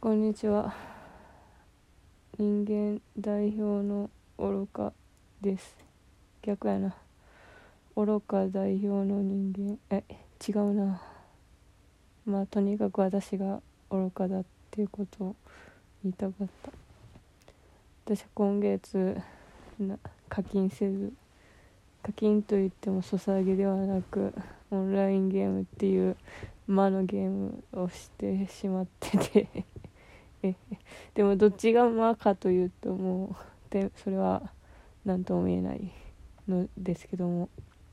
こんにちは。人間代表の愚かです。逆やな。愚か代表の人間。違うな。まあとにかく私が愚かだっていうことを言いたかった。私は今月課金せず、課金といってもソサゲではなくオンラインゲームっていう魔のゲームをしてしまっててでもどっちが魔かというともうそれは何とも言えないのですけども、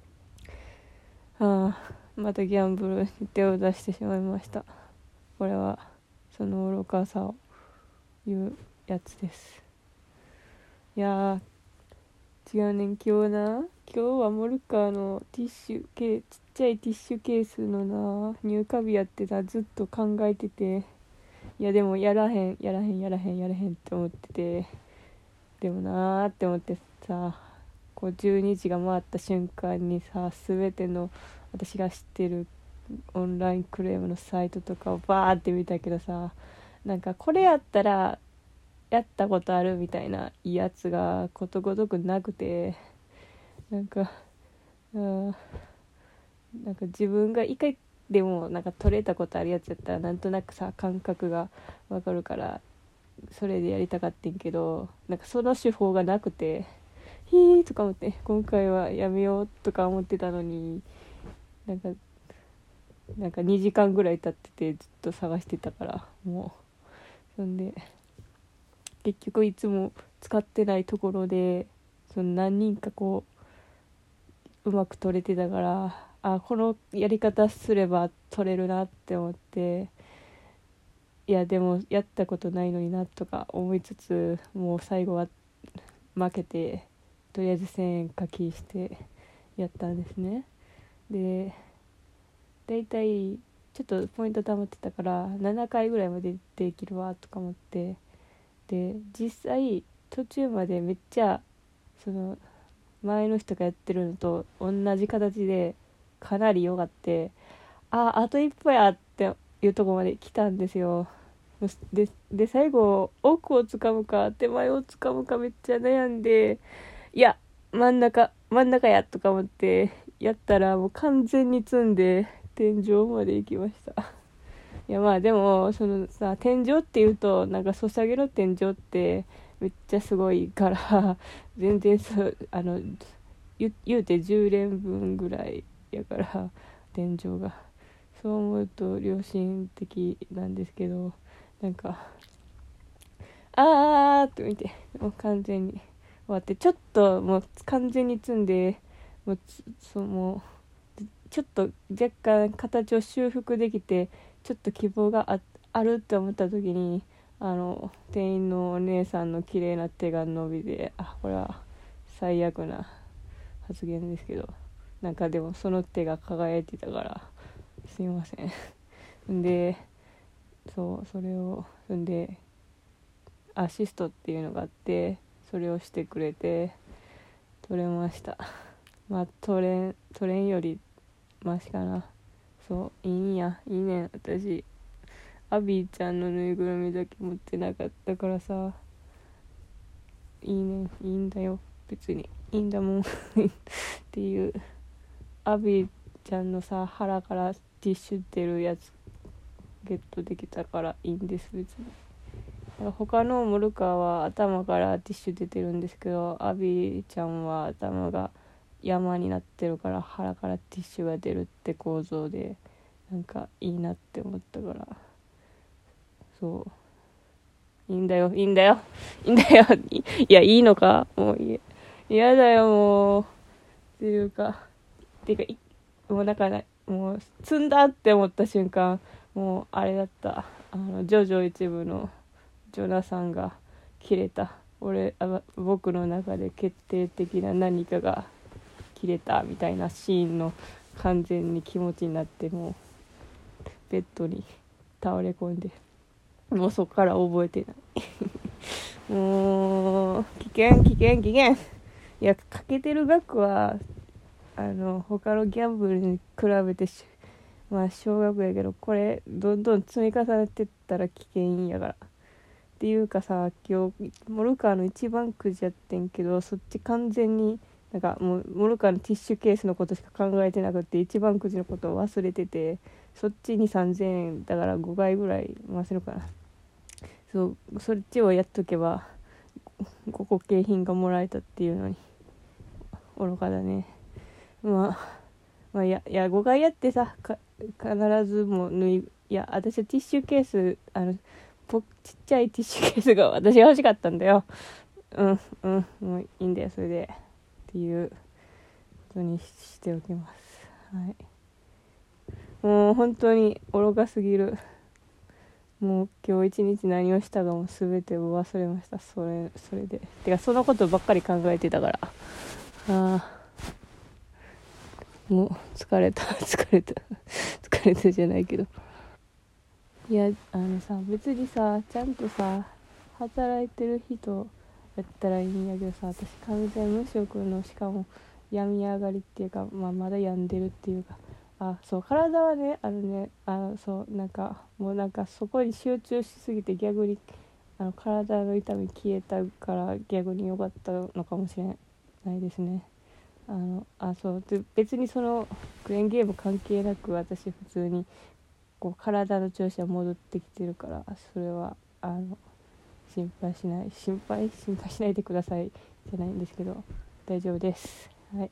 またギャンブルに手を出してしまいました。これはその愚かさを言うやつです。いや違うねん。今日はモルカーのティッシュケーちっちゃいティッシュケースの入荷日やってずっと考えてて、いやでもやらへんって思ってて、でもなーって思ってさ、こう12時が回った瞬間にさ、全ての私が知ってるオンラインクレームのサイトとかをバーって見たけどさ、なんかこれやったらやったことあるみたいないいやつがことごとくなくて、なんか自分が一回でもなんか取れたことあるやつやったらなんとなくさ感覚がわかるからそれでやりたかってんけど、なんかその手法がなくて、ヒーとか思って、今回はやめようとか思ってたのに、なんか2時間ぐらい経っててずっと探してたから、もうそんで結局いつも使ってないところでその何人かうまく取れてたから、このやり方すれば取れるなって思って、いやでもやったことないのになとか思いつつ、もう最後は負けてとりあえず1000円課金してやったんですね。でだいたいちょっとポイント貯まってたから7回ぐらいまでできるわとか思って、で実際途中までめっちゃその前の人がやってるのと同じ形でかなり良かって、あと一歩やっていうとこまで来たんですよ。で最後奥をつかむか手前をつかむかめっちゃ悩んで、いや真ん中やとか思ってやったらもう完全に積んで天井まで行きました。いやまあでもそのさ、天井っていうとなんかソシャゲの天井ってめっちゃすごいから全然言うて10連分ぐらいやから天井が、そう思うと良心的なんですけど、なんかって見てもう完全に終わって、ちょっともう完全に積んでもうちょっと若干形を修復できてちょっと希望があるって思った時に店員のお姉さんの綺麗な手が伸びて、これは最悪な発言ですけど、なんかでもその手が輝いてたからすいません。でそれをでアシストっていうのがあって、それをしてくれて取れました。まあ取れんよりマシかな。そういいねん。私アビーちゃんのぬいぐるみだけ持ってなかったからさ、いいんだよ、別にいいんだもんっていう、アビーちゃんのさ腹からティッシュ出るやつゲットできたからいいんです。別に他のモルカーは頭からティッシュ出てるんですけど、アビーちゃんは頭が山になってるから腹からティッシュが出るって構造で、なんかいいなって思ったから、そういいんだよいやいいのか、もう嫌だよもうっていうかもうだからもう積んだって思った瞬間、もうあれだった、ジョジョ一部のジョナサンが切れた。僕の中で決定的な何かが切れたみたいなシーンの完全に気持ちになって、もうベッドに倒れ込んで、もうそこから覚えてないもう危険。いやかけてる額は他のギャンブルに比べてまあ小学やけど、これどんどん積み重ねてったら危険やから。っていうかさ、今日モルカーの一番くじやってんけど、そっち完全になんかもうモルカーのティッシュケースのことしか考えてなくて、一番くじのことを忘れてて、そっちに3000円だから5回ぐらい回せるかな。そっちをやっとけば5個景品がもらえたっていうのに愚かだね。いや5回やってさ、必ずもういや私はティッシュケースちっちゃいティッシュケースが私が欲しかったんだよ。もういいんだよそれでっていうことにしておきます。はい。もう本当に愚かすぎる。もう今日一日何をしたかも全てを忘れました。それでてかそのことばっかり考えてたから、もう疲れたじゃないけど、いやさ、別にさちゃんとさ働いてる人やったらいいんやけどさ、私完全無職の、しかも病み上がりっていうか、まだ病んでるっていうか、そう体はねそうなんかもうなんかそこに集中しすぎて逆に体の痛み消えたから逆に良かったのかもしれないですね。そうで、別にそのクレーンゲーム関係なく私普通にこう体の調子は戻ってきてるから、それは心配しないでくださいじゃないんですけど、大丈夫です。はい。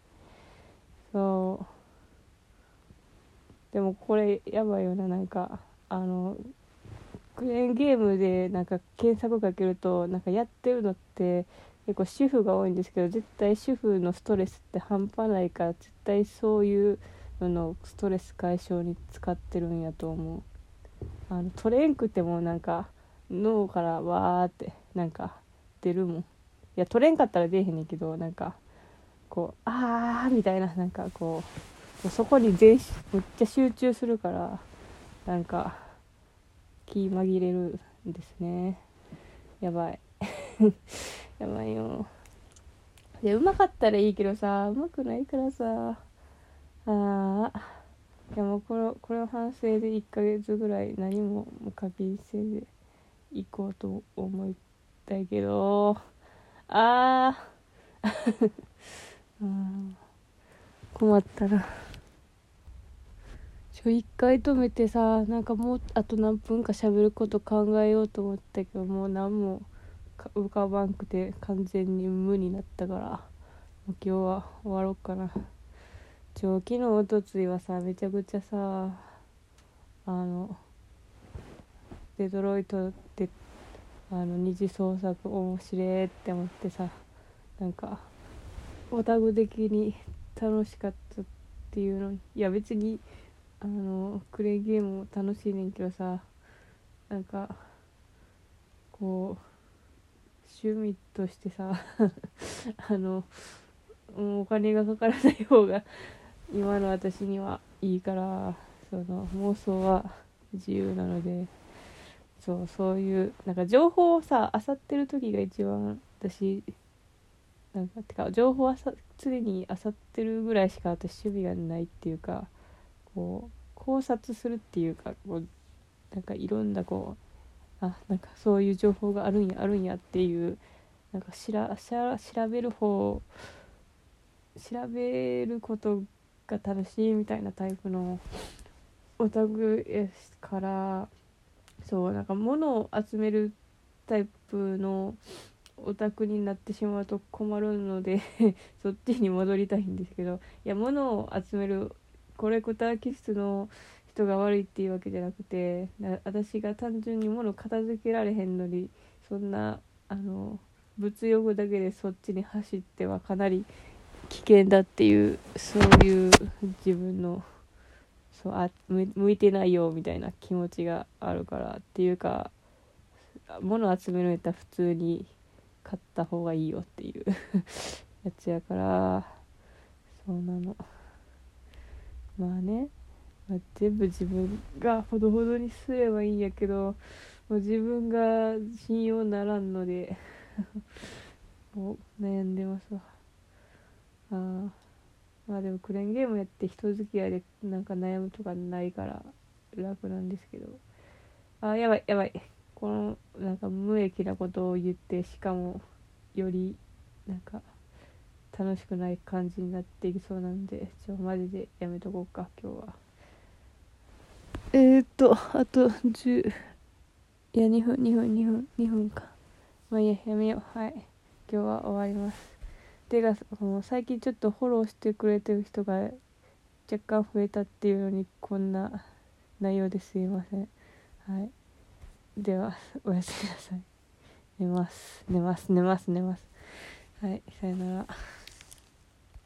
でもこれやばいよな。なんかクレーンゲームでなんか検索かけると、なんかやってるのって結構主婦が多いんですけど、絶対主婦のストレスって半端ないから、絶対そういうののストレス解消に使ってるんやと思う。トレンクってもうなんか脳からわーってなんか出るもん。いやトレンかったら出えへんねんけど、なんかこうみたいな、なんかこうそこにめっちゃ集中するから、なんか気紛れるんですね。やばいやばいよ。でうまかったらいいけどさ、うまくないからさ、いやもうこれを反省で1ヶ月ぐらい何も課金せず行こうと思いたいけど、あー困ったな。一回止めてさ、なんかもうあと何分か喋ること考えようと思ったけど、もう何も浮かばんくて完全に無になったから、もう今日は終わろうかな。昨日おとついはさ、めちゃくちゃさ、デトロイトって二次創作面白いって思ってさ、なんかオタク的に楽しかったっていうのに、いや別にクレイゲームも楽しいねんけどさ、なんかこう趣味としてさもうお金がかからない方が今の私にはいいから、その妄想は自由なので、そういうなんか情報をさ漁ってる時が一番私なんかてか情報は常に漁ってるぐらいしか私趣味がないっていうか、こう考察するっていうか、こうなんかいろんなこうなんかそういう情報があるんやっていう、なんか調べることが楽しいみたいなタイプのオタクやから、そうなんか物を集めるタイプのオタクになってしまうと困るのでそっちに戻りたいんですけど、いや物を集めるコレクター気質の人が悪いっていうわけじゃなくて、私が単純に物片付けられへんのに、そんな物欲だけでそっちに走ってはかなり危険だっていう、そういう自分の向いてないよみたいな気持ちがあるからっていうか、物集めるんやったら普通に買った方がいいよっていうやつやから、そうなの。まあね、全部自分がほどほどにすればいいんやけど、もう自分が信用ならんのでもう悩んでますわ。 まあでもクレーンゲームやって人付き合いでなんか悩むとかないから楽なんですけど、あ、やばいやばい、このなんか無益なことを言って、しかもよりなんか楽しくない感じになっていきそうなんで、マジでやめとこうか今日は。あと10、いや2分か。まあいいや、やめよう。はい、今日は終わります。てかもう最近ちょっとフォローしてくれてる人が若干増えたっていうのにこんな内容ですいません。はい、ではおやすみなさい。寝ます。はい、さよなら。